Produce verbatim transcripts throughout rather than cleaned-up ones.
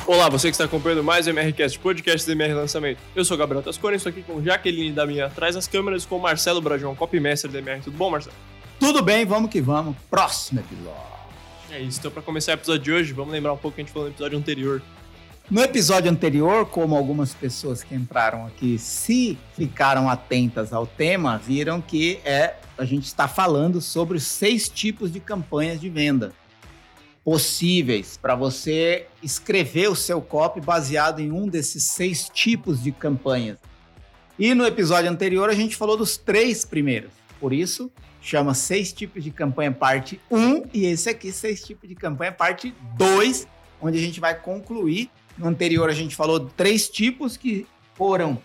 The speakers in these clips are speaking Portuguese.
Olá, você que está acompanhando mais o MRCast, podcast do M R Lançamento. Eu sou o Gabriel Tascone, estou aqui com Jaqueline da minha atrás das câmeras, com o Marcelo Brajão, copymestre do M R. Tudo bom, Marcelo? Tudo bem, vamos que vamos. Próximo episódio. É isso, então para começar o episódio de hoje, vamos lembrar um pouco o que a gente falou no episódio anterior. No episódio anterior, como algumas pessoas que entraram aqui, se ficaram atentas ao tema, viram que é, a gente está falando sobre os seis tipos de campanhas de venda possíveis para você escrever o seu copy baseado em um desses seis tipos de campanhas. E no episódio anterior a gente falou dos três primeiros, por isso chama seis tipos de campanha parte um e esse aqui seis tipos de campanha parte dois, onde a gente vai concluir. No anterior a gente falou de três tipos que foram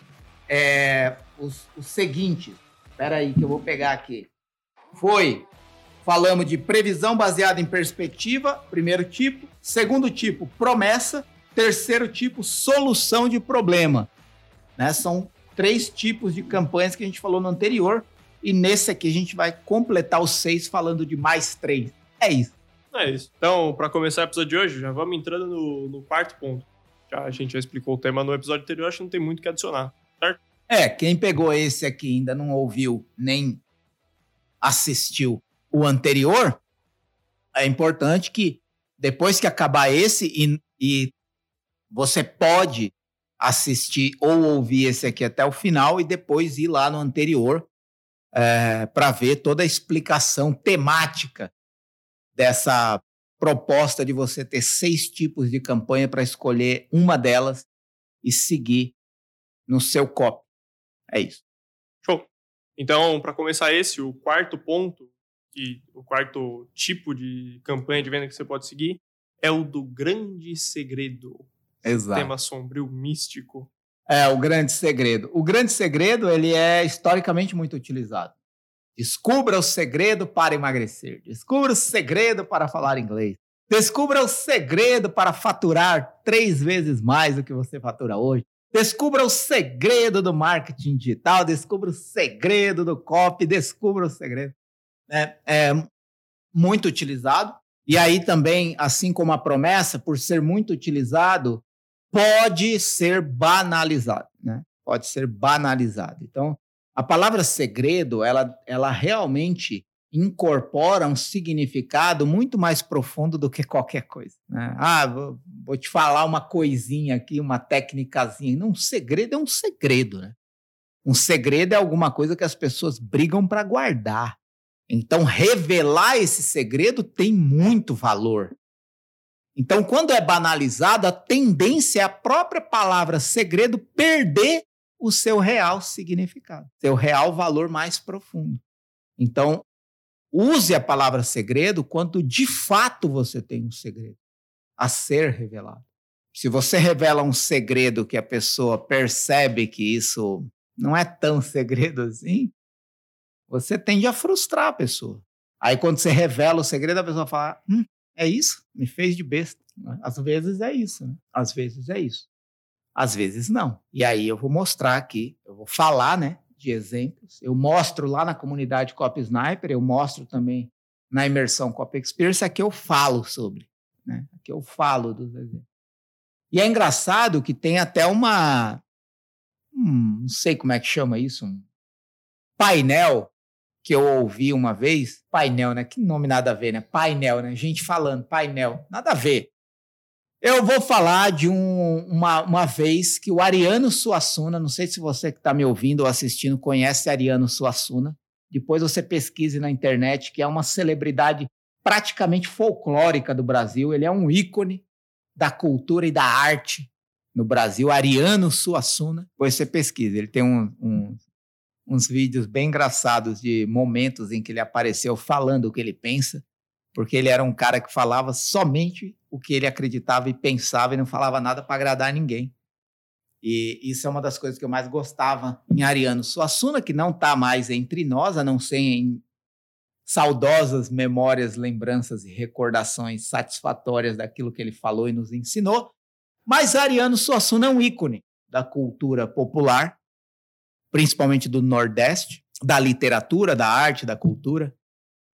é, os, os seguintes. Espera aí que eu vou pegar aqui. Foi... Falamos de previsão baseada em perspectiva, primeiro tipo. Segundo tipo, promessa. Terceiro tipo, solução de problema. Né? São três tipos de campanhas que a gente falou no anterior. E nesse aqui a gente vai completar os seis falando de mais três. É isso. É isso. Então, para começar o episódio de hoje, já vamos entrando no, no quarto ponto. Já, a gente já explicou o tema no episódio anterior, acho que não tem muito o que adicionar, certo? É, quem pegou esse aqui e ainda não ouviu nem assistiu o anterior, é importante que depois que acabar esse e, e você pode assistir ou ouvir esse aqui até o final e depois ir lá no anterior é, para ver toda a explicação temática dessa proposta de você ter seis tipos de campanha para escolher uma delas e seguir no seu copy. É isso. Show. Então, para começar esse, o quarto ponto, que o quarto tipo de campanha de venda que você pode seguir é o do grande segredo. Exato. Tema sombrio, místico. É, o grande segredo. O grande segredo, ele é historicamente muito utilizado. Descubra o segredo para emagrecer. Descubra o segredo para falar inglês. Descubra o segredo para faturar três vezes mais do que você fatura hoje. Descubra o segredo do marketing digital. Descubra o segredo do copy. Descubra o segredo. É, é muito utilizado. E aí também, assim como a promessa, por ser muito utilizado, pode ser banalizado, né? Pode ser banalizado. Então, a palavra segredo, ela, ela realmente incorpora um significado muito mais profundo do que qualquer coisa, né? Ah, vou, vou te falar uma coisinha aqui, uma técnicazinha. Não, um segredo é um segredo, né? Um segredo é alguma coisa que as pessoas brigam para guardar. Então, revelar esse segredo tem muito valor. Então, quando é banalizado, a tendência é a própria palavra segredo perder o seu real significado, seu real valor mais profundo. Então, use a palavra segredo quando de fato você tem um segredo a ser revelado. Se você revela um segredo que a pessoa percebe que isso não é tão segredo assim, você tende a frustrar a pessoa. Aí, quando você revela o segredo, a pessoa fala, hum, é isso? Me fez de besta. Às vezes é isso, né? Às vezes é isso. Às vezes não. E aí eu vou mostrar aqui, eu vou falar, né, de exemplos. Eu mostro lá na comunidade Copy Sniper, eu mostro também na imersão Copy Experience, aqui eu falo sobre, né? Aqui eu falo dos exemplos. E é engraçado que tem até uma, hum, não sei como é que chama isso, um painel que eu ouvi uma vez, painel, né? Que nome nada a ver, né? Painel, né? Gente falando, painel, nada a ver. Eu vou falar de um, uma, uma vez que o Ariano Suassuna, não sei se você que está me ouvindo ou assistindo conhece Ariano Suassuna, depois você pesquise na internet, que é uma celebridade praticamente folclórica do Brasil, ele é um ícone da cultura e da arte no Brasil, Ariano Suassuna, depois você pesquisa, ele tem um... um uns vídeos bem engraçados de momentos em que ele apareceu falando o que ele pensa, porque ele era um cara que falava somente o que ele acreditava e pensava e não falava nada para agradar ninguém. E isso é uma das coisas que eu mais gostava em Ariano Suassuna, que não está mais entre nós, a não ser em saudosas memórias, lembranças e recordações satisfatórias daquilo que ele falou e nos ensinou. Mas Ariano Suassuna é um ícone da cultura popular, principalmente do Nordeste, da literatura, da arte, da cultura.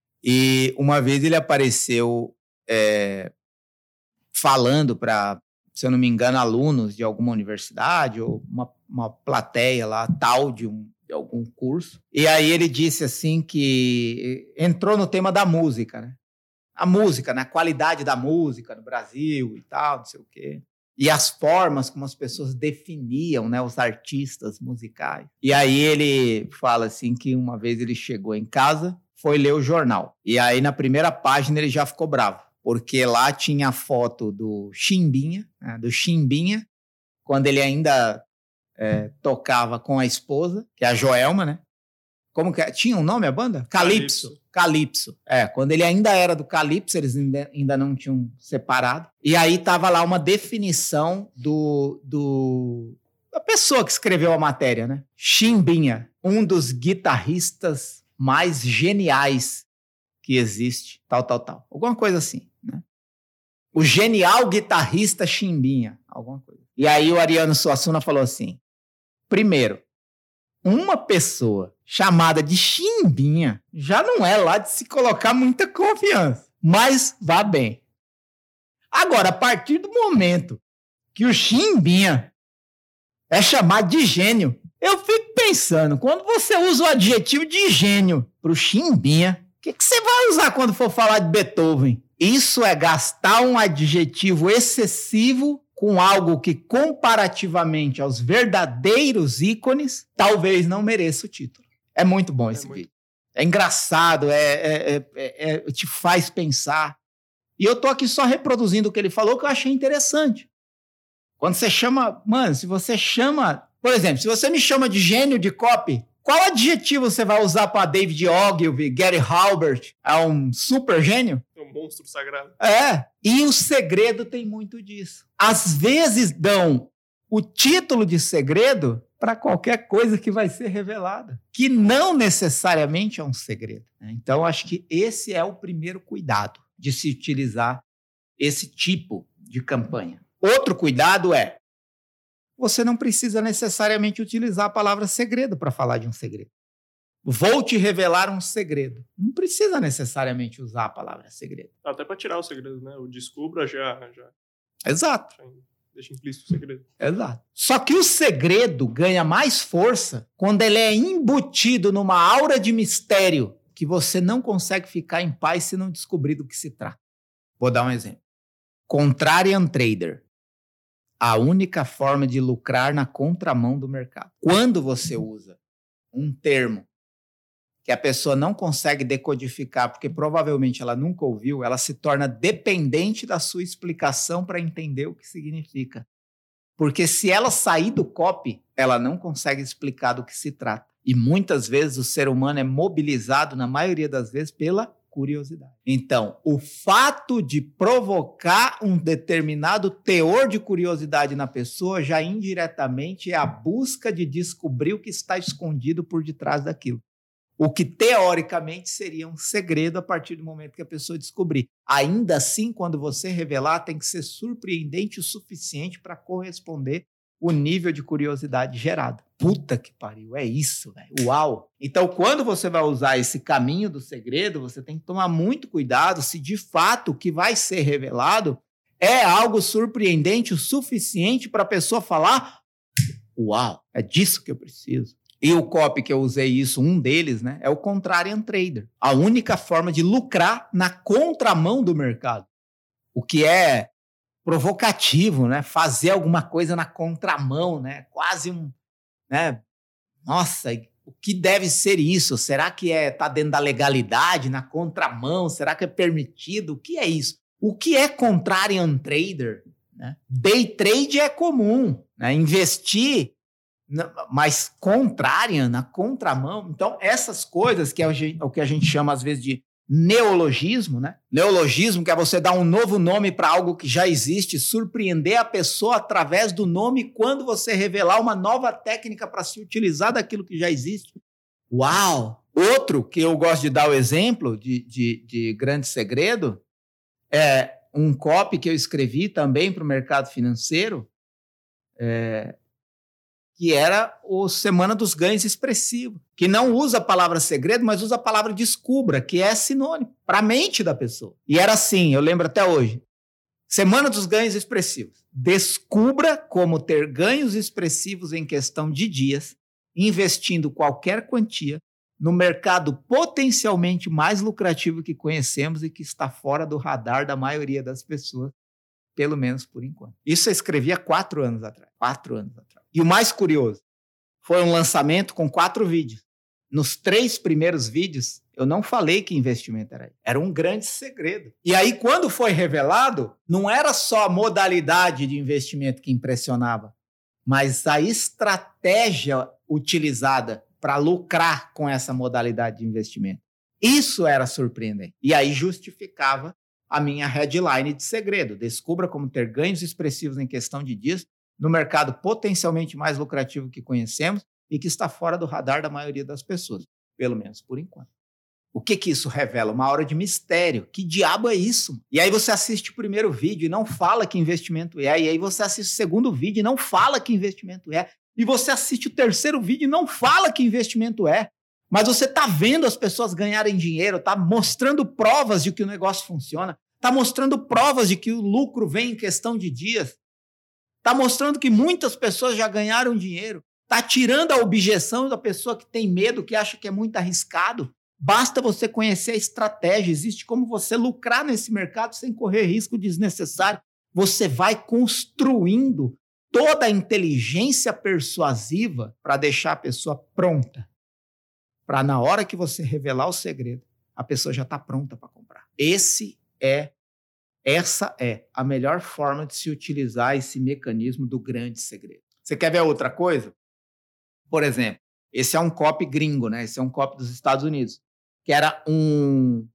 E uma vez ele apareceu é, falando para se eu não me engano, alunos de alguma universidade ou uma, uma plateia lá, tal, de, um, de algum curso. E aí ele disse assim que entrou no tema da música, né? A música, né? A qualidade da música no Brasil e tal, não sei o quê. E as formas como as pessoas definiam, né, os artistas musicais. E aí ele fala assim que uma vez ele chegou em casa, foi ler o jornal. E aí na primeira página ele já ficou bravo, porque lá tinha a foto do Chimbinha, né, do Chimbinha, quando ele ainda é, tocava com a esposa, que é a Joelma, né? Como que é? Tinha um nome a banda? Calypso. Calypso. Calypso. É, quando ele ainda era do Calypso, eles ainda, ainda não tinham separado. E aí tava lá uma definição do, do da pessoa que escreveu a matéria, né? Chimbinha, um dos guitarristas mais geniais que existe, tal, tal, tal. Alguma coisa assim, né? O genial guitarrista Chimbinha, alguma coisa. E aí o Ariano Suassuna falou assim, primeiro, uma pessoa chamada de Chimbinha já não é lá de se colocar muita confiança, mas vá bem. Agora, a partir do momento que o Chimbinha é chamado de gênio, eu fico pensando, quando você usa o adjetivo de gênio para o Chimbinha, o que, que você vai usar quando for falar de Beethoven? Isso é gastar um adjetivo excessivo com algo que, comparativamente aos verdadeiros ícones, talvez não mereça o título. É muito bom esse é muito... vídeo. É engraçado, é, é, é, é, te faz pensar. E eu tô aqui só reproduzindo o que ele falou, que eu achei interessante. Quando você chama... Mano, se você chama... Por exemplo, se você me chama de gênio de copy, qual adjetivo você vai usar para David Ogilvy, Gary Halbert? É um super gênio? É um monstro sagrado. É. E o segredo tem muito disso. Às vezes dão o título de segredo para qualquer coisa que vai ser revelada, que não necessariamente é um segredo. Então, acho que esse é o primeiro cuidado de se utilizar esse tipo de campanha. Outro cuidado é, você não precisa necessariamente utilizar a palavra segredo para falar de um segredo. Vou te revelar um segredo. Não precisa necessariamente usar a palavra segredo. Até para tirar o segredo, né? O descubra já... já... Exato. Já deixa implícito o segredo. Exato. Só que o segredo ganha mais força quando ele é embutido numa aura de mistério que você não consegue ficar em paz se não descobrir do que se trata. Vou dar um exemplo. Contrarian Trader. A única forma de lucrar na contramão do mercado. Quando você usa um termo que a pessoa não consegue decodificar, porque provavelmente ela nunca ouviu, ela se torna dependente da sua explicação para entender o que significa. Porque se ela sair do copy, ela não consegue explicar do que se trata. E muitas vezes o ser humano é mobilizado, na maioria das vezes, pela curiosidade. Então, o fato de provocar um determinado teor de curiosidade na pessoa já indiretamente é a busca de descobrir o que está escondido por detrás daquilo. O que, teoricamente, seria um segredo a partir do momento que a pessoa descobrir. Ainda assim, quando você revelar, tem que ser surpreendente o suficiente para corresponder o nível de curiosidade gerado. Puta que pariu, é isso, velho. Uau! Então, quando você vai usar esse caminho do segredo, você tem que tomar muito cuidado se, de fato, o que vai ser revelado é algo surpreendente o suficiente para a pessoa falar: uau, é disso que eu preciso. E o copy que eu usei isso, um deles, né, é o Contrarian Trader. A única forma de lucrar na contramão do mercado. O que é provocativo, né? Fazer alguma coisa na contramão, né? Quase um... Né? Nossa, o que deve ser isso? Será que é, tá dentro da legalidade, na contramão? Será que é permitido? O que é isso? O que é Contrarian Trader? Né? Day trade é comum, né? Investir... mas contrária, na contramão. Então, essas coisas que é o que a gente chama, às vezes, de neologismo, né? Neologismo, que é você dar um novo nome para algo que já existe, surpreender a pessoa através do nome quando você revelar uma nova técnica para se utilizar daquilo que já existe. Uau! Outro que eu gosto de dar o exemplo de, de, de grande segredo é um copy que eu escrevi também para o mercado financeiro, é... que era o Semana dos Ganhos Expressivos, que não usa a palavra segredo, mas usa a palavra descubra, que é sinônimo para a mente da pessoa. E era assim, eu lembro até hoje. Semana dos ganhos expressivos. Descubra como ter ganhos expressivos em questão de dias, investindo qualquer quantia no mercado potencialmente mais lucrativo que conhecemos e que está fora do radar da maioria das pessoas, pelo menos por enquanto. Isso eu escrevi há quatro anos atrás. Quatro anos atrás. E o mais curioso, foi um lançamento com quatro vídeos. Nos três primeiros vídeos, eu não falei que investimento era isso. Era um grande segredo. E aí, quando foi revelado, não era só a modalidade de investimento que impressionava, mas a estratégia utilizada para lucrar com essa modalidade de investimento. Isso era surpreendente. E aí justificava a minha headline de segredo. Descubra como ter ganhos expressivos em questão de dias no mercado potencialmente mais lucrativo que conhecemos e que está fora do radar da maioria das pessoas, pelo menos por enquanto. O que que isso revela? Uma aura de mistério. Que diabo é isso? E aí você assiste o primeiro vídeo e não fala que investimento é. E aí você assiste o segundo vídeo e não fala que investimento é. E você assiste o terceiro vídeo e não fala que investimento é. Mas você está vendo as pessoas ganharem dinheiro, está mostrando provas de que o negócio funciona, está mostrando provas de que o lucro vem em questão de dias, está mostrando que muitas pessoas já ganharam dinheiro, está tirando a objeção da pessoa que tem medo, que acha que é muito arriscado. Basta você conhecer a estratégia, existe como você lucrar nesse mercado sem correr risco desnecessário. Você vai construindo toda a inteligência persuasiva para deixar a pessoa pronta. Para na hora que você revelar o segredo, a pessoa já está pronta para comprar. Esse é, essa é a melhor forma de se utilizar esse mecanismo do grande segredo. Você quer ver outra coisa? Por exemplo, esse é um copy gringo, né? Esse é um copy dos Estados Unidos, que era um,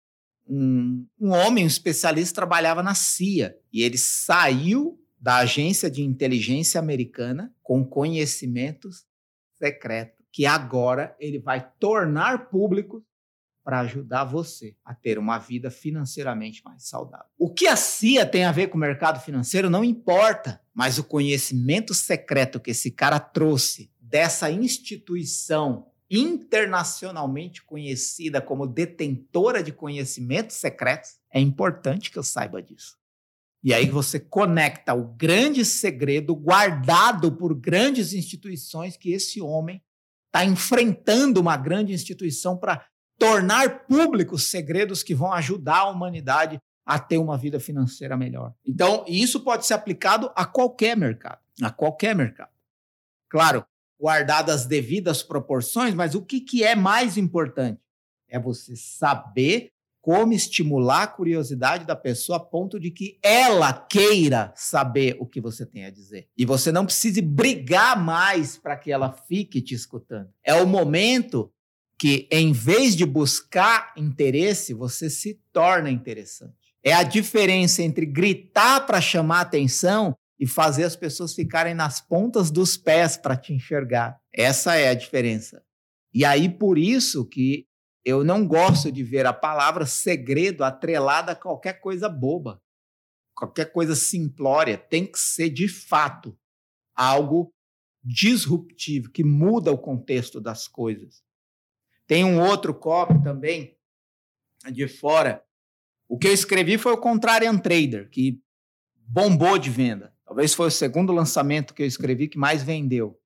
um, um homem, um especialista, trabalhava na C I A, e ele saiu da agência de inteligência americana com conhecimentos secretos, que agora ele vai tornar público para ajudar você a ter uma vida financeiramente mais saudável. O que a C I A tem a ver com o mercado financeiro não importa, mas o conhecimento secreto que esse cara trouxe dessa instituição internacionalmente conhecida como detentora de conhecimentos secretos, é importante que eu saiba disso. E aí você conecta o grande segredo guardado por grandes instituições que esse homem está enfrentando uma grande instituição para tornar públicos segredos que vão ajudar a humanidade a ter uma vida financeira melhor. Então, isso pode ser aplicado a qualquer mercado, a qualquer mercado. Claro, guardado as devidas proporções, mas o que, que é mais importante? É você saber como estimular a curiosidade da pessoa a ponto de que ela queira saber o que você tem a dizer. E você não precise brigar mais para que ela fique te escutando. É o momento que, em vez de buscar interesse, você se torna interessante. É a diferença entre gritar para chamar atenção e fazer as pessoas ficarem nas pontas dos pés para te enxergar. Essa é a diferença. E aí, por isso que eu não gosto de ver a palavra segredo atrelada a qualquer coisa boba, qualquer coisa simplória. Tem que ser, de fato, algo disruptivo, que muda o contexto das coisas. Tem um outro copy também, de fora. O que eu escrevi foi o Contrarian Trader, que bombou de venda. Talvez foi o segundo lançamento que eu escrevi que mais vendeu.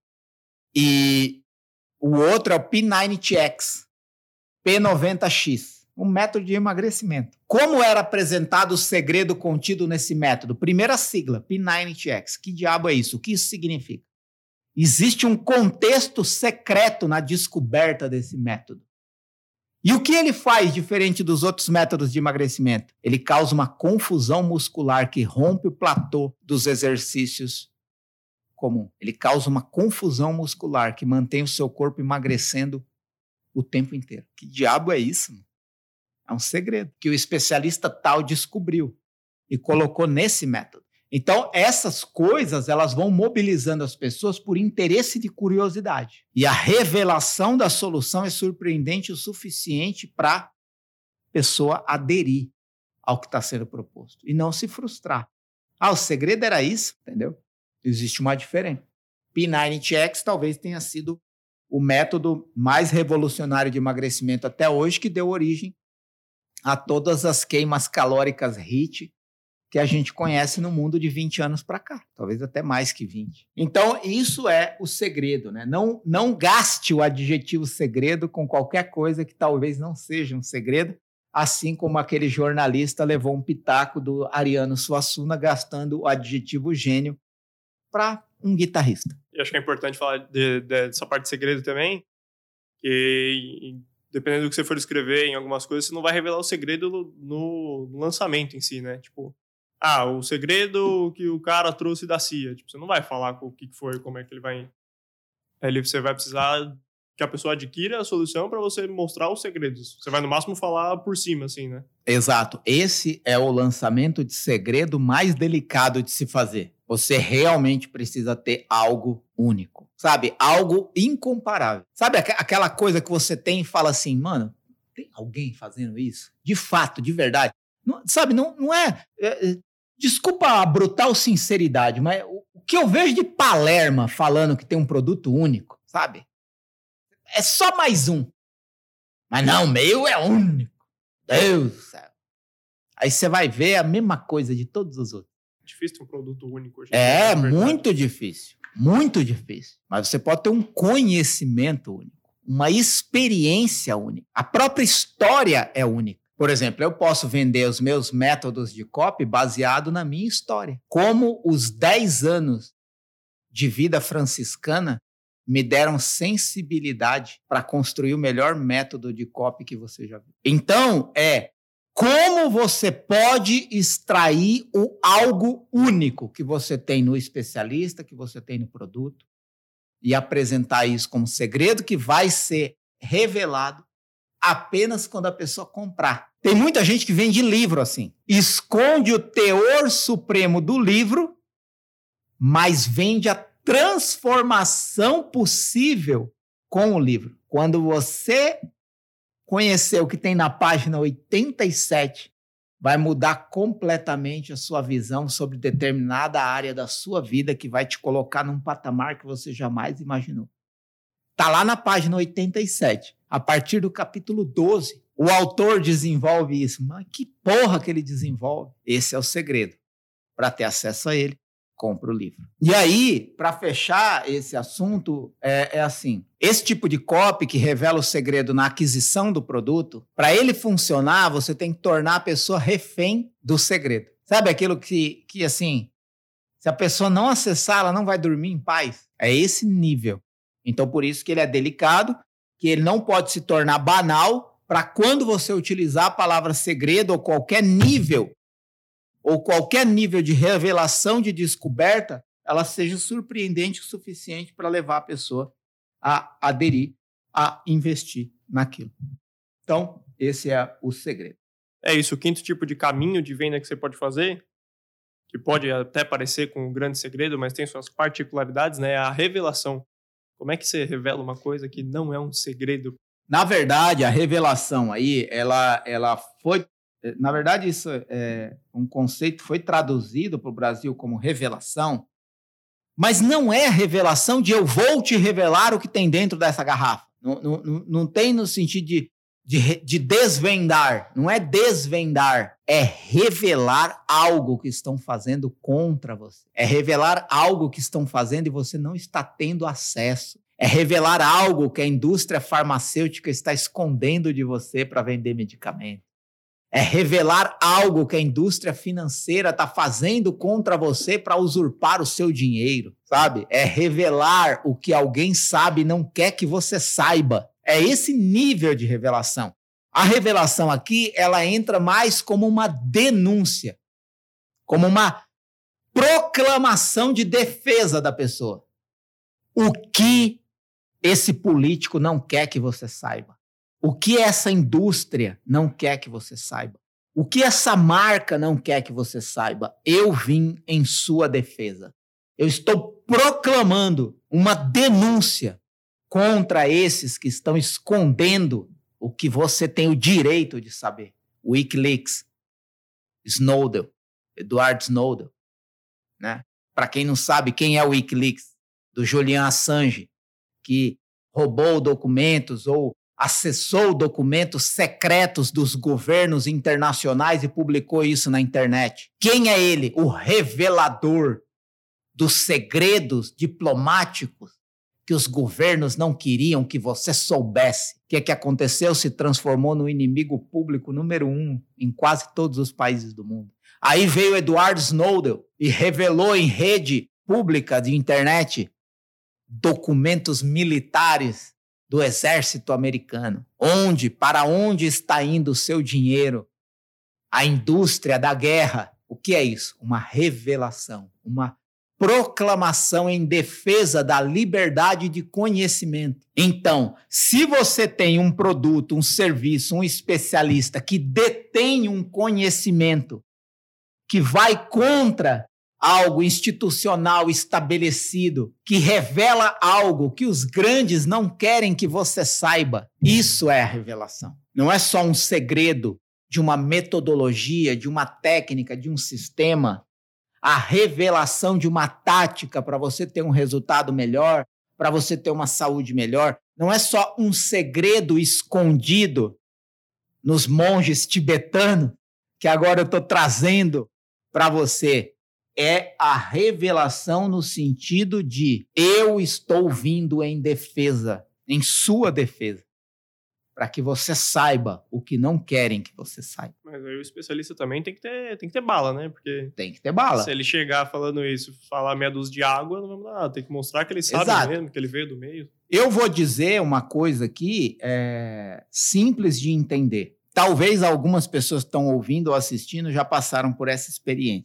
E o outro é o P noventa X, P noventa X, um método de emagrecimento. Como era apresentado o segredo contido nesse método? Primeira sigla, P noventa X. Que diabo é isso? O que isso significa? Existe um contexto secreto na descoberta desse método. E o que ele faz diferente dos outros métodos de emagrecimento? Ele causa uma confusão muscular que rompe o platô dos exercícios comuns. Ele causa uma confusão muscular que mantém o seu corpo emagrecendo o tempo inteiro. Que diabo é isso? É um segredo que o especialista tal descobriu e colocou nesse método. Então, essas coisas, elas vão mobilizando as pessoas por interesse de curiosidade. E a revelação da solução é surpreendente o suficiente para a pessoa aderir ao que está sendo proposto e não se frustrar. Ah, o segredo era isso, entendeu? Existe uma diferença. P noventa X talvez tenha sido o método mais revolucionário de emagrecimento até hoje, que deu origem a todas as queimas calóricas H I I T que a gente conhece no mundo de vinte anos para cá, talvez até mais que vinte. Então, isso é o segredo, né? Não, não gaste o adjetivo segredo com qualquer coisa que talvez não seja um segredo, assim como aquele jornalista levou um pitaco do Ariano Suassuna gastando o adjetivo gênio para um guitarrista. E acho que é importante falar de, de, dessa parte de segredo também, que dependendo do que você for escrever em algumas coisas, você não vai revelar o segredo no, no lançamento em si, né? Tipo, ah, o segredo que o cara trouxe da C I A. Tipo, você não vai falar o que foi, como é que ele vai... Aí você vai precisar que a pessoa adquira a solução para você mostrar os segredos. Você vai, no máximo, falar por cima, assim, né? Exato. Esse é o lançamento de segredo mais delicado de se fazer. Você realmente precisa ter algo único, sabe? Algo incomparável. Sabe aqu- aquela coisa que você tem e fala assim, mano, tem alguém fazendo isso? De fato, de verdade. Não, sabe, não, não é, é... Desculpa a brutal sinceridade, mas o, o que eu vejo de Palerma falando que tem um produto único, sabe? É só mais um. Mas não, o meu é único. Deus do céu. Aí você vai ver a mesma coisa de todos os outros. É difícil ter um produto único hoje. É, muito difícil. Muito difícil. Mas você pode ter um conhecimento único. Uma experiência única. A própria história é única. Por exemplo, eu posso vender os meus métodos de copy baseado na minha história. Como os dez anos de vida franciscana me deram sensibilidade para construir o melhor método de copy que você já viu. Então, é como você pode extrair o algo único que você tem no especialista, que você tem no produto, e apresentar isso como segredo que vai ser revelado apenas quando a pessoa comprar. Tem muita gente que vende livro assim. Esconde o teor supremo do livro, mas vende a transformação possível com o livro. Quando você conhecer o que tem na página oitenta e sete, vai mudar completamente a sua visão sobre determinada área da sua vida que vai te colocar num patamar que você jamais imaginou. Está lá na página oitenta e sete. A partir do capítulo doze, o autor desenvolve isso. Mas que porra que ele desenvolve? Esse é o segredo. Para ter acesso a ele, compra o livro. E aí, para fechar esse assunto, é, é assim, esse tipo de copy que revela o segredo na aquisição do produto, para ele funcionar, você tem que tornar a pessoa refém do segredo. Sabe aquilo que, que, assim, se a pessoa não acessar, ela não vai dormir em paz? É esse nível. Então, por isso que ele é delicado, que ele não pode se tornar banal, para quando você utilizar a palavra segredo ou qualquer nível ou qualquer nível de revelação, de descoberta, ela seja surpreendente o suficiente para levar a pessoa a aderir, a investir naquilo. Então, esse é o segredo. É isso, o quinto tipo de caminho de venda que você pode fazer, que pode até parecer com um grande segredo, mas tem suas particularidades, né? É a revelação. Como é que você revela uma coisa que não é um segredo? Na verdade, a revelação aí, ela, ela foi... Na verdade, isso é um conceito que foi traduzido para o Brasil como revelação, mas não é revelação de eu vou te revelar o que tem dentro dessa garrafa. Não, não, não tem no sentido de, de, de desvendar. Não é desvendar, é revelar algo que estão fazendo contra você. É revelar algo que estão fazendo e você não está tendo acesso. É revelar algo que a indústria farmacêutica está escondendo de você para vender medicamento. É revelar algo que a indústria financeira está fazendo contra você para usurpar o seu dinheiro, sabe? É revelar o que alguém sabe e não quer que você saiba. É esse nível de revelação. A revelação aqui, ela entra mais como uma denúncia, como uma proclamação de defesa da pessoa. O que esse político não quer que você saiba? O que essa indústria não quer que você saiba? O que essa marca não quer que você saiba? Eu vim em sua defesa. Eu estou proclamando uma denúncia contra esses que estão escondendo o que você tem o direito de saber. WikiLeaks, Snowden, Edward Snowden, né? Para quem não sabe quem é o WikiLeaks, do Julian Assange, que roubou documentos ou acessou documentos secretos dos governos internacionais e publicou isso na internet. Quem é ele? O revelador dos segredos diplomáticos que os governos não queriam que você soubesse. O que é que aconteceu? Se transformou no inimigo público número um em quase todos os países do mundo. Aí veio Edward Snowden e revelou em rede pública de internet documentos militares do exército americano. Onde, para onde está indo o seu dinheiro? A indústria da guerra. O que é isso? Uma revelação, uma proclamação em defesa da liberdade de conhecimento. Então, se você tem um produto, um serviço, um especialista que detém um conhecimento que vai contra algo institucional estabelecido, que revela algo que os grandes não querem que você saiba, isso é a revelação. Não é só um segredo de uma metodologia, de uma técnica, de um sistema. A revelação de uma tática para você ter um resultado melhor, para você ter uma saúde melhor, não é só um segredo escondido nos monges tibetanos, que agora eu estou trazendo para você. É a revelação no sentido de eu estou vindo em defesa, em sua defesa, para que você saiba o que não querem que você saiba. Mas aí o especialista também tem que ter, tem que ter bala, né? Porque tem que ter bala. Se ele chegar falando isso, falar meia dúzia de água, não vamos dar nada. Tem que mostrar que ele sabe Exato. mesmo, que ele veio do meio. Eu vou dizer uma coisa aqui é, simples de entender. Talvez algumas pessoas que estão ouvindo ou assistindo já passaram por essa experiência.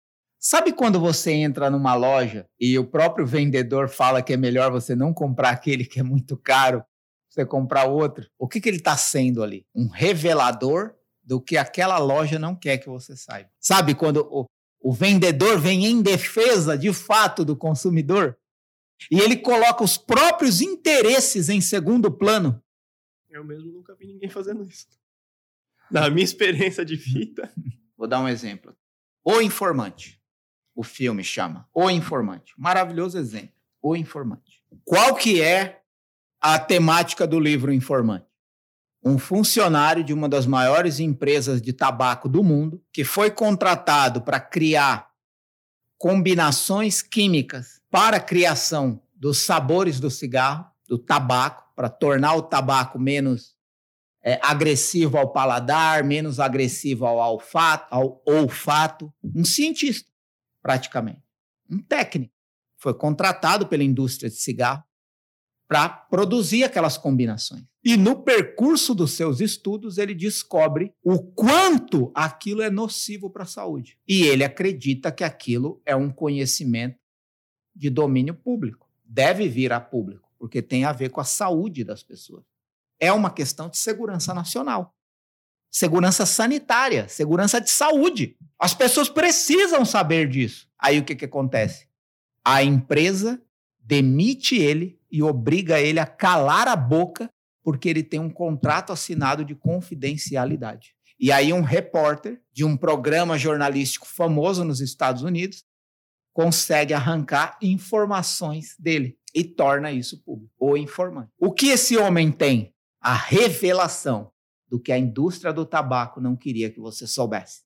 Sabe quando você entra numa loja e o próprio vendedor fala que é melhor você não comprar aquele que é muito caro, você comprar outro? O que, que ele está sendo ali? Um revelador do que aquela loja não quer que você saiba. Sabe quando o, o vendedor vem em defesa, de fato, do consumidor? E ele coloca os próprios interesses em segundo plano? Eu mesmo nunca vi ninguém fazendo isso. Na minha experiência de vida. Vou dar um exemplo. O Informante. O filme chama O Informante. Maravilhoso exemplo. O Informante. Qual que é a temática do livro Informante? Um funcionário de uma das maiores empresas de tabaco do mundo que foi contratado para criar combinações químicas para a criação dos sabores do cigarro, do tabaco, para tornar o tabaco menos é, agressivo ao paladar, menos agressivo ao olfato, ao olfato. Um cientista, praticamente. Um técnico. Foi contratado pela indústria de cigarro para produzir aquelas combinações. E no percurso dos seus estudos, ele descobre o quanto aquilo é nocivo para a saúde. E ele acredita que aquilo é um conhecimento de domínio público. Deve vir a público, porque tem a ver com a saúde das pessoas. É uma questão de segurança nacional. Segurança sanitária, segurança de saúde. As pessoas precisam saber disso. Aí o que, que acontece? A empresa demite ele e obriga ele a calar a boca porque ele tem um contrato assinado de confidencialidade. E aí um repórter de um programa jornalístico famoso nos Estados Unidos consegue arrancar informações dele e torna isso público, o informante. O que esse homem tem? A revelação do que a indústria do tabaco não queria que você soubesse.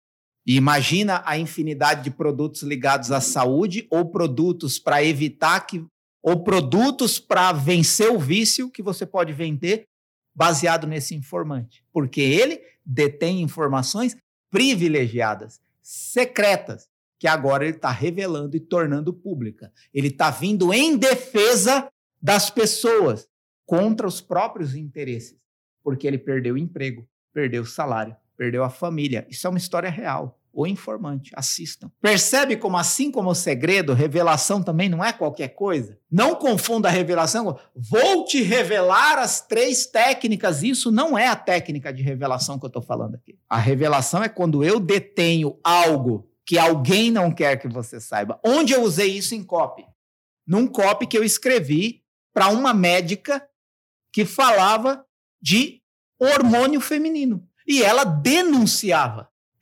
E imagina a infinidade de produtos ligados à saúde ou produtos para evitar que ou produtos para vencer o vício que você pode vender baseado nesse informante. Porque ele detém informações privilegiadas, secretas, que agora ele está revelando e tornando pública. Ele está vindo em defesa das pessoas contra os próprios interesses, porque ele perdeu o emprego, perdeu o salário, perdeu a família. Isso é uma história real. O Informante, assistam. Percebe como, assim como o segredo, revelação também não é qualquer coisa? Não confunda a revelação com vou te revelar as três técnicas. Isso não é a técnica de revelação que eu estou falando aqui. A revelação é quando eu detenho algo que alguém não quer que você saiba. Onde eu usei isso em copy? Num copy que eu escrevi para uma médica que falava de hormônio feminino. E ela denunciava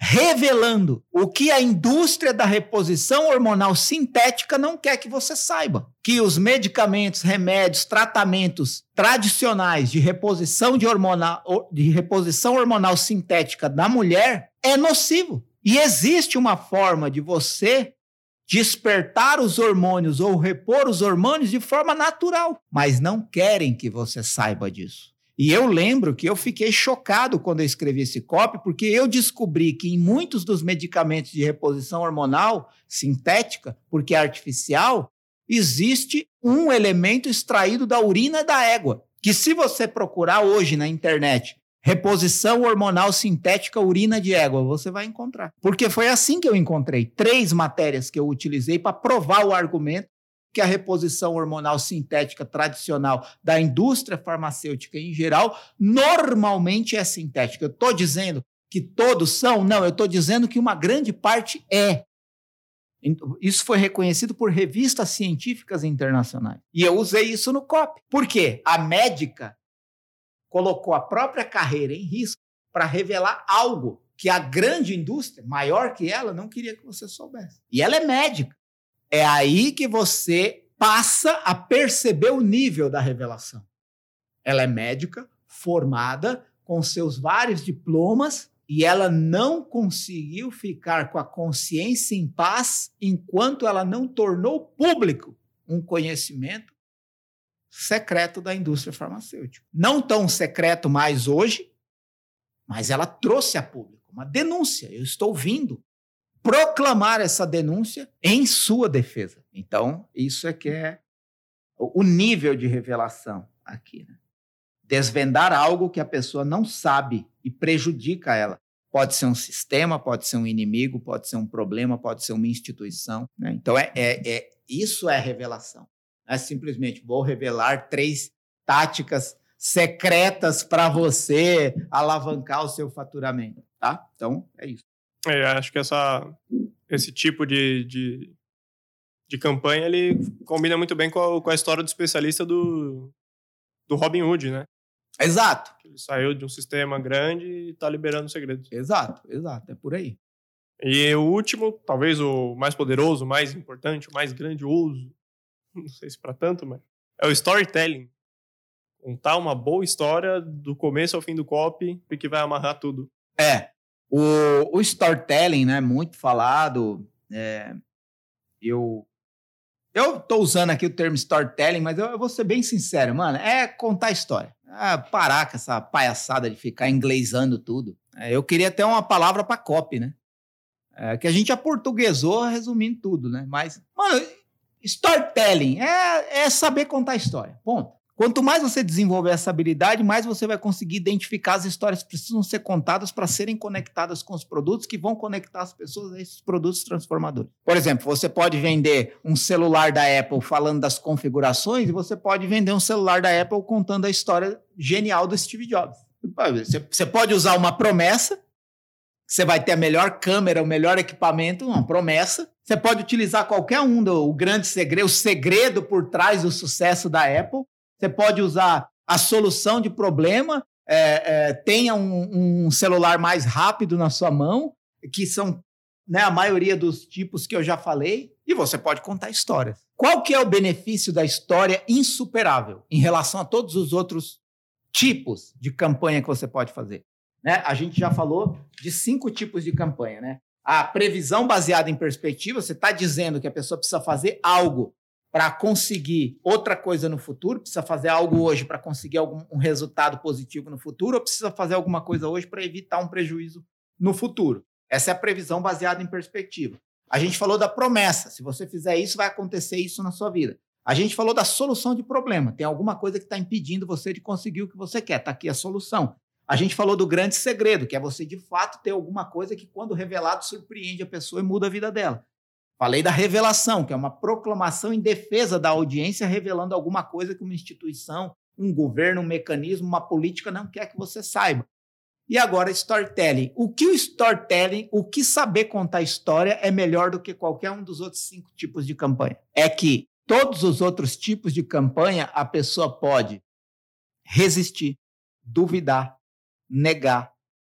revelando o que a indústria da reposição hormonal sintética não quer que você saiba. Que os medicamentos, remédios, tratamentos tradicionais de reposição, de hormonal, de reposição hormonal sintética da mulher é nocivo. E existe uma forma de você despertar os hormônios ou repor os hormônios de forma natural, mas não querem que você saiba disso. E eu lembro que eu fiquei chocado quando eu escrevi esse copy, porque eu descobri que em muitos dos medicamentos de reposição hormonal sintética, porque é artificial, existe um elemento extraído da urina da égua, que se você procurar hoje na internet, reposição hormonal sintética urina de égua, você vai encontrar. Porque foi assim que eu encontrei três matérias que eu utilizei para provar o argumento que a reposição hormonal sintética tradicional da indústria farmacêutica em geral normalmente é sintética. Eu estou dizendo que todos são? Não, eu estou dizendo que uma grande parte é. Isso foi reconhecido por revistas científicas internacionais. E eu usei isso no copy. Por quê? A médica colocou a própria carreira em risco para revelar algo que a grande indústria, maior que ela, não queria que você soubesse. E ela é médica. É aí que você passa a perceber o nível da revelação. Ela é médica, formada, com seus vários diplomas, e ela não conseguiu ficar com a consciência em paz enquanto ela não tornou público um conhecimento secreto da indústria farmacêutica. Não tão secreto mais hoje, mas ela trouxe a público uma denúncia. Eu estou vindo proclamar essa denúncia em sua defesa. Então, isso é que é o nível de revelação aqui, né? Desvendar algo que a pessoa não sabe e prejudica ela. Pode ser um sistema, pode ser um inimigo, pode ser um problema, pode ser uma instituição, né? Então, é, é, é, isso é revelação. Não é simplesmente vou revelar três táticas secretas para você alavancar o seu faturamento, tá? Então, é isso. É, acho que essa, esse tipo de, de, de campanha ele combina muito bem com a, com a história do especialista do, do Robin Hood, né? Exato. Ele saiu de um sistema grande e está liberando segredos. Exato, exato, é por aí. E o último, talvez o mais poderoso, o mais importante, o mais grandioso, não sei se para tanto, mas é o storytelling. Contar uma boa história do começo ao fim do copy, que vai amarrar tudo. É. O, o storytelling, né, muito falado, é, eu eu tô usando aqui o termo storytelling, mas eu, eu vou ser bem sincero, mano, é contar história. É parar com essa palhaçada de ficar inglesando tudo. É, eu queria ter uma palavra para copy, né? É, que a gente aportuguesou resumindo tudo, né? Mas, mano, storytelling é, é saber contar história, ponto. Quanto mais você desenvolver essa habilidade, mais você vai conseguir identificar as histórias que precisam ser contadas para serem conectadas com os produtos que vão conectar as pessoas a esses produtos transformadores. Por exemplo, você pode vender um celular da Apple falando das configurações e você pode vender um celular da Apple contando a história genial do Steve Jobs. Você pode usar uma promessa, você vai ter a melhor câmera, o melhor equipamento, uma promessa. Você pode utilizar qualquer um do o grande segredo, o segredo por trás do sucesso da Apple. Você pode usar a solução de problema, é, é, tenha um, um celular mais rápido na sua mão, que são, né, a maioria dos tipos que eu já falei, e você pode contar histórias. Qual que é o benefício da história insuperável em relação a todos os outros tipos de campanha que você pode fazer? Né? A gente já falou de cinco tipos de campanha, né? A previsão baseada em perspectiva, você está dizendo que a pessoa precisa fazer algo para conseguir outra coisa no futuro, precisa fazer algo hoje para conseguir algum, um resultado positivo no futuro, ou precisa fazer alguma coisa hoje para evitar um prejuízo no futuro. Essa é a previsão baseada em perspectiva. A gente falou da promessa. Se você fizer isso, vai acontecer isso na sua vida. A gente falou da solução de problema. Tem alguma coisa que está impedindo você de conseguir o que você quer. Está aqui a solução. A gente falou do grande segredo, que é você, de fato, ter alguma coisa que, quando revelado, surpreende a pessoa e muda a vida dela. Falei da revelação, que é uma proclamação em defesa da audiência, revelando alguma coisa que uma instituição, um governo, um mecanismo, uma política não quer que você saiba. E agora, storytelling. O que o storytelling, o que saber contar história é melhor do que qualquer um dos outros cinco tipos de campanha? É que todos os outros tipos de campanha a pessoa pode resistir, duvidar, negar,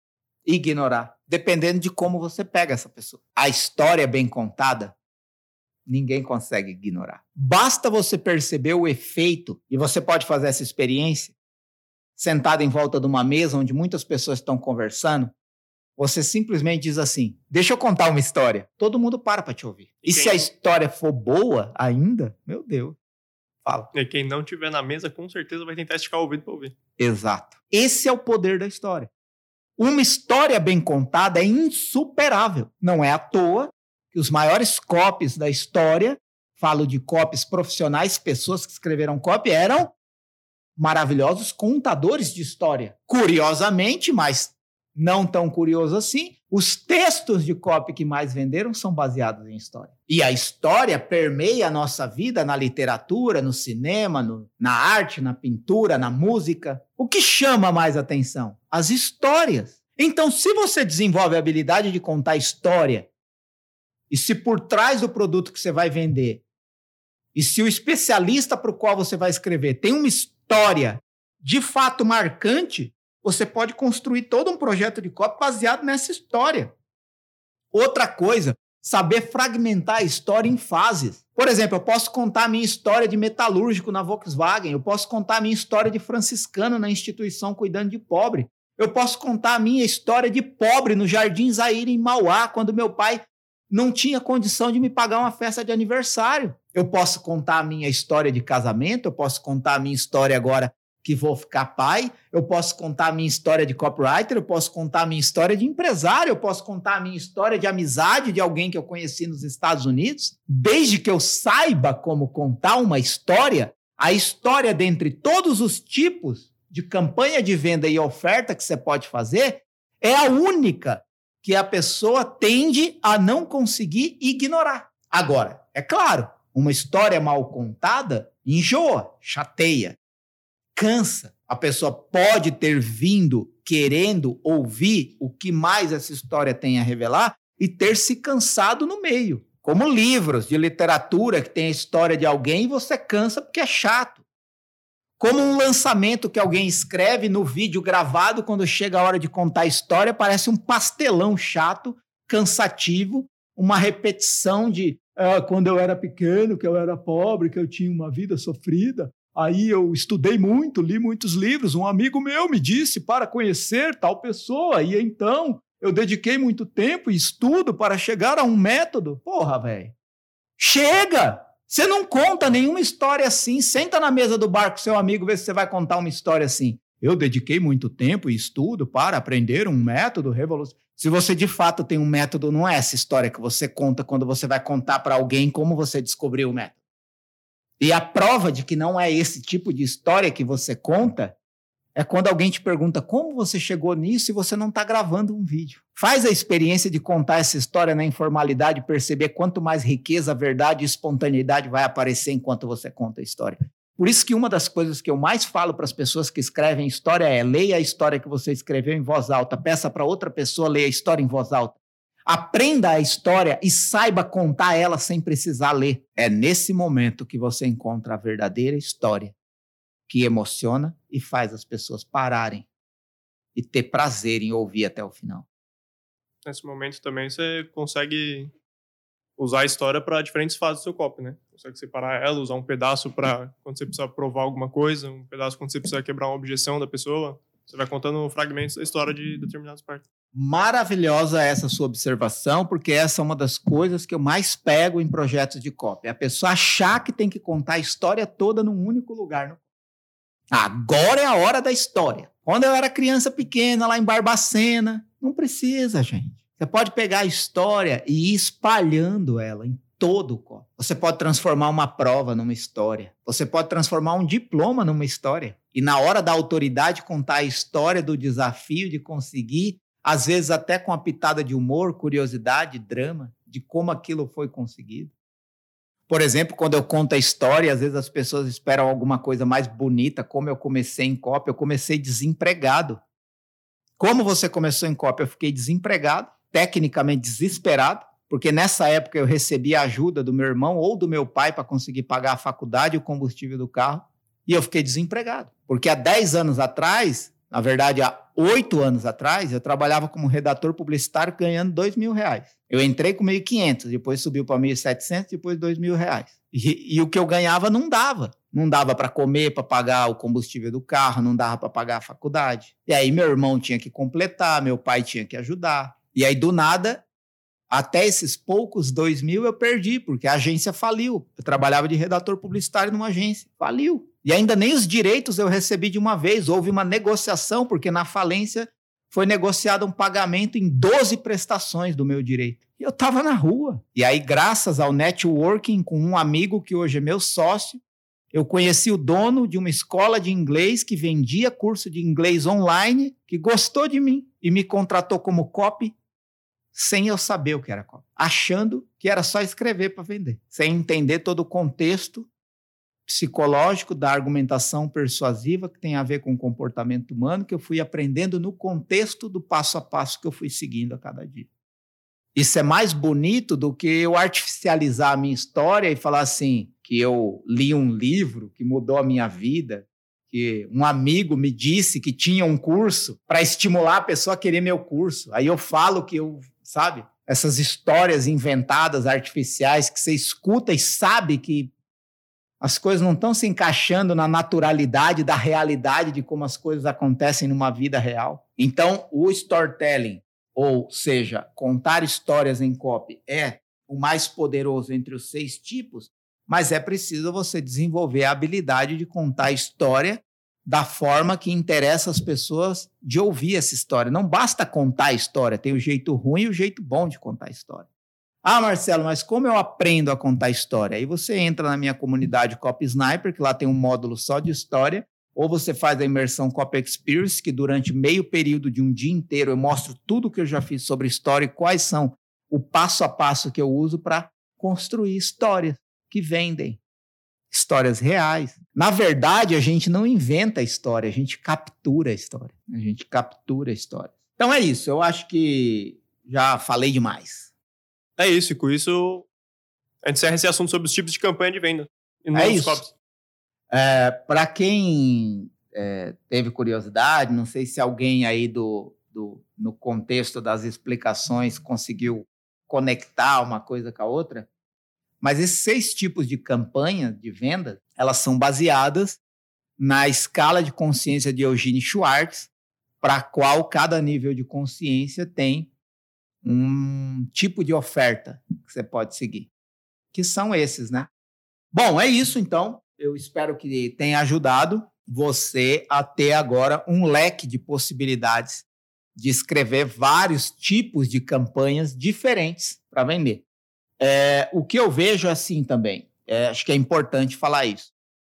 ignorar, dependendo de como você pega essa pessoa. A história bem contada, ninguém consegue ignorar. Basta você perceber o efeito, e você pode fazer essa experiência, sentado em volta de uma mesa onde muitas pessoas estão conversando, você simplesmente diz assim, deixa eu contar uma história. Todo mundo para para te ouvir. E quem... se a história for boa ainda, meu Deus, fala. E quem não estiver na mesa, com certeza vai tentar esticar o ouvido para ouvir. Exato. Esse é o poder da história. Uma história bem contada é insuperável. Não é à toa que os maiores copies da história, falo de copies profissionais, pessoas que escreveram copy, eram maravilhosos contadores de história. Curiosamente, mas não tão curioso assim, os textos de copy que mais venderam são baseados em história. E a história permeia a nossa vida na literatura, no cinema, no, na arte, na pintura, na música. O que chama mais atenção? As histórias. Então, se você desenvolve a habilidade de contar história, e se por trás do produto que você vai vender, e se o especialista para o qual você vai escrever tem uma história de fato marcante, você pode construir todo um projeto de copy baseado nessa história. Outra coisa, saber fragmentar a história em fases. Por exemplo, eu posso contar a minha história de metalúrgico na Volkswagen, eu posso contar a minha história de franciscano na instituição cuidando de pobre, eu posso contar a minha história de pobre no Jardim Zaire, em Mauá, quando meu pai não tinha condição de me pagar uma festa de aniversário. Eu posso contar a minha história de casamento, eu posso contar a minha história agora que vou ficar pai, eu posso contar a minha história de copywriter, eu posso contar a minha história de empresário, eu posso contar a minha história de amizade de alguém que eu conheci nos Estados Unidos. Desde que eu saiba como contar uma história, a história dentre todos os tipos de campanha de venda e oferta que você pode fazer é a única que a pessoa tende a não conseguir ignorar. Agora, é claro, uma história mal contada enjoa, chateia, cansa. A pessoa pode ter vindo querendo ouvir o que mais essa história tem a revelar e ter se cansado no meio. Como livros de literatura que tem a história de alguém e você cansa porque é chato. Como um lançamento que alguém escreve no vídeo gravado, quando chega a hora de contar a história, parece um pastelão chato, cansativo, uma repetição de ah, quando eu era pequeno, que eu era pobre, que eu tinha uma vida sofrida. Aí eu estudei muito, li muitos livros, um amigo meu me disse para conhecer tal pessoa, e então eu dediquei muito tempo e estudo para chegar a um método. Porra, velho, chega! Você não conta nenhuma história assim, senta na mesa do bar com seu amigo, vê se você vai contar uma história assim. Eu dediquei muito tempo e estudo para aprender um método revolucionário. Se você de fato tem um método, não é essa história que você conta quando você vai contar para alguém como você descobriu o método. E a prova de que não é esse tipo de história que você conta é quando alguém te pergunta como você chegou nisso e você não está gravando um vídeo. Faz a experiência de contar essa história na informalidade e perceber quanto mais riqueza, verdade e espontaneidade vai aparecer enquanto você conta a história. Por isso que uma das coisas que eu mais falo para as pessoas que escrevem história é leia a história que você escreveu em voz alta, peça para outra pessoa ler a história em voz alta. Aprenda a história e saiba contar ela sem precisar ler. É nesse momento que você encontra a verdadeira história, que emociona e faz as pessoas pararem e ter prazer em ouvir até o final. Nesse momento também você consegue usar a história para diferentes fases do seu copy, né? Consegue separar ela, usar um pedaço para quando você precisa provar alguma coisa, um pedaço quando você precisa quebrar uma objeção da pessoa. Você vai contando fragmentos da história de determinadas partes. Maravilhosa essa sua observação, porque essa é uma das coisas que eu mais pego em projetos de copy. É a pessoa achar que tem que contar a história toda num único lugar. Agora é a hora da história. Quando eu era criança pequena, lá em Barbacena, não precisa, gente. Você pode pegar a história e ir espalhando ela em todo o copy. Você pode transformar uma prova numa história. Você pode transformar um diploma numa história. E na hora da autoridade contar a história do desafio de conseguir, às vezes até com uma pitada de humor, curiosidade, drama, de como aquilo foi conseguido. Por exemplo, quando eu conto a história, às vezes as pessoas esperam alguma coisa mais bonita, como eu comecei em copy, eu comecei desempregado. Como você começou em copy? Eu fiquei desempregado, tecnicamente desesperado, porque nessa época eu recebia ajuda do meu irmão ou do meu pai para conseguir pagar a faculdade e o combustível do carro, e eu fiquei desempregado. Porque há dez anos atrás, na verdade há oito anos atrás, eu trabalhava como redator publicitário ganhando dois mil reais. Eu entrei com mil e quinhentos, depois subiu para mil e setecentos, depois dois mil reais. E, e o que eu ganhava não dava. Não dava para comer, para pagar o combustível do carro, não dava para pagar a faculdade. E aí meu irmão tinha que completar, meu pai tinha que ajudar. E aí, do nada, até esses poucos dois mil eu perdi, porque a agência faliu. Eu trabalhava de redator publicitário numa agência, faliu. E ainda nem os direitos eu recebi de uma vez. Houve uma negociação, porque na falência foi negociado um pagamento em doze prestações do meu direito. E eu estava na rua. E aí, graças ao networking com um amigo que hoje é meu sócio, eu conheci o dono de uma escola de inglês que vendia curso de inglês online, que gostou de mim e me contratou como copy, sem eu saber o que era copy, achando que era só escrever para vender, sem entender todo o contexto psicológico da argumentação persuasiva que tem a ver com o comportamento humano, que eu fui aprendendo no contexto do passo a passo que eu fui seguindo a cada dia. Isso é mais bonito do que eu artificializar a minha história e falar assim, que eu li um livro que mudou a minha vida, que um amigo me disse que tinha um curso para estimular a pessoa a querer meu curso. Aí eu falo que eu, sabe, essas histórias inventadas, artificiais, que você escuta e sabe que as coisas não estão se encaixando na naturalidade da realidade de como as coisas acontecem numa vida real. Então, o storytelling, ou seja, contar histórias em copy, é o mais poderoso entre os seis tipos, mas é preciso você desenvolver a habilidade de contar a história da forma que interessa as pessoas de ouvir essa história. Não basta contar a história, tem o jeito ruim e o jeito bom de contar a história. Ah, Marcelo, mas como eu aprendo a contar história? Aí você entra na minha comunidade Copy Sniper, que lá tem um módulo só de história, ou você faz a imersão Copy Experience, que durante meio período de um dia inteiro eu mostro tudo que eu já fiz sobre história e quais são o passo a passo que eu uso para construir histórias que vendem, histórias reais. Na verdade, a gente não inventa a história, a gente captura a história. A gente captura a história. Então é isso, eu acho que já falei demais. É isso, e com isso a gente encerra esse assunto sobre os tipos de campanha de venda. E é isso. É, para quem é, teve curiosidade, não sei se alguém aí do, do, no contexto das explicações conseguiu conectar uma coisa com a outra, mas esses seis tipos de campanha de venda, elas são baseadas na escala de consciência de Eugene Schwartz, para a qual cada nível de consciência tem um tipo de oferta que você pode seguir, que são esses, né? Bom, é isso, então. Eu espero que tenha ajudado você a ter agora um leque de possibilidades de escrever vários tipos de campanhas diferentes para vender. É, o que eu vejo assim também, é, acho que é importante falar isso.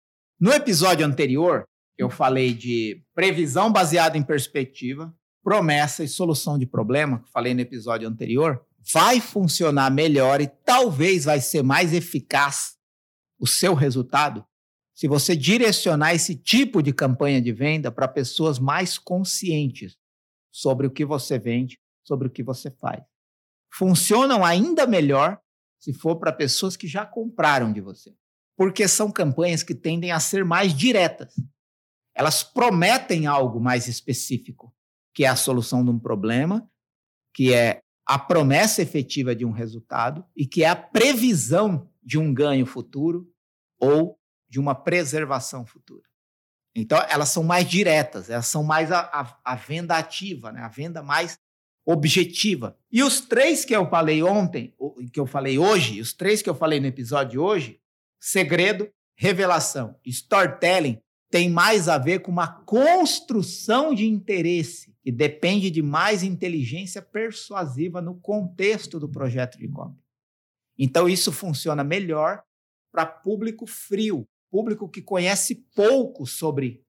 No episódio anterior, eu falei de previsão baseada em perspectiva, promessa e solução de problema, que falei no episódio anterior, vai funcionar melhor e talvez vai ser mais eficaz o seu resultado se você direcionar esse tipo de campanha de venda para pessoas mais conscientes sobre o que você vende, sobre o que você faz. Funcionam ainda melhor se for para pessoas que já compraram de você, porque são campanhas que tendem a ser mais diretas. Elas prometem algo mais específico, que é a solução de um problema, que é a promessa efetiva de um resultado e que é a previsão de um ganho futuro ou de uma preservação futura. Então, elas são mais diretas, elas são mais a, a, a venda ativa, né? A venda mais objetiva. E os três que eu falei ontem, que eu falei hoje, os três que eu falei no episódio de hoje, segredo, revelação, storytelling, tem mais a ver com uma construção de interesse que depende de mais inteligência persuasiva no contexto do projeto de copy. Então, isso funciona melhor para público frio, público que conhece pouco sobre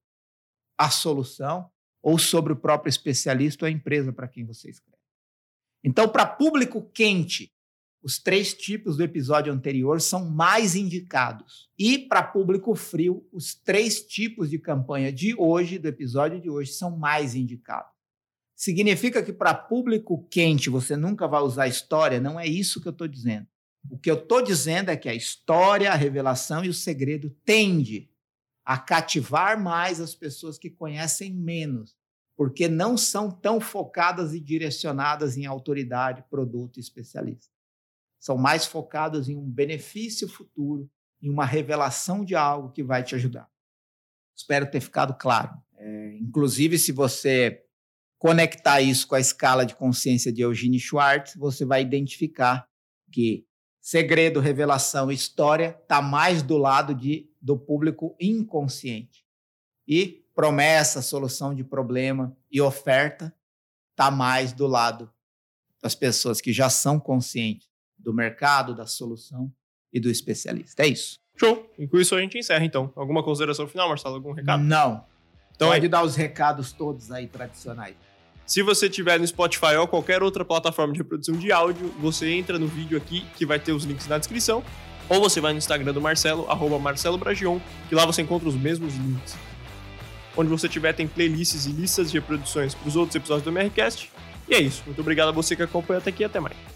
a solução ou sobre o próprio especialista ou a empresa para quem você escreve. Então, para público quente, os três tipos do episódio anterior são mais indicados. E para público frio, os três tipos de campanha de hoje, do episódio de hoje, são mais indicados. Significa que para público quente você nunca vai usar história? Não é isso que eu estou dizendo. O que eu estou dizendo é que a história, a revelação e o segredo tende a cativar mais as pessoas que conhecem menos porque não são tão focadas e direcionadas em autoridade, produto e especialista. São mais focadas em um benefício futuro, em uma revelação de algo que vai te ajudar. Espero ter ficado claro. É, inclusive, se você conectar isso com a escala de consciência de Eugene Schwartz, você vai identificar que segredo, revelação e história está mais do lado de, do público inconsciente. E promessa, solução de problema e oferta está mais do lado das pessoas que já são conscientes do mercado, da solução e do especialista. É isso. Show! E com isso a gente encerra, então. Alguma consideração final, Marcelo? Algum recado? Não. Então, pode aí, dar os recados todos aí tradicionais. Se você estiver no Spotify ou qualquer outra plataforma de reprodução de áudio, você entra no vídeo aqui, que vai ter os links na descrição, ou você vai no Instagram do Marcelo, arroba Marcelo Bragion, que lá você encontra os mesmos links. Onde você tiver, tem playlists e listas de reproduções para os outros episódios do MRCast. E é isso. Muito obrigado a você que acompanha até aqui e até mais.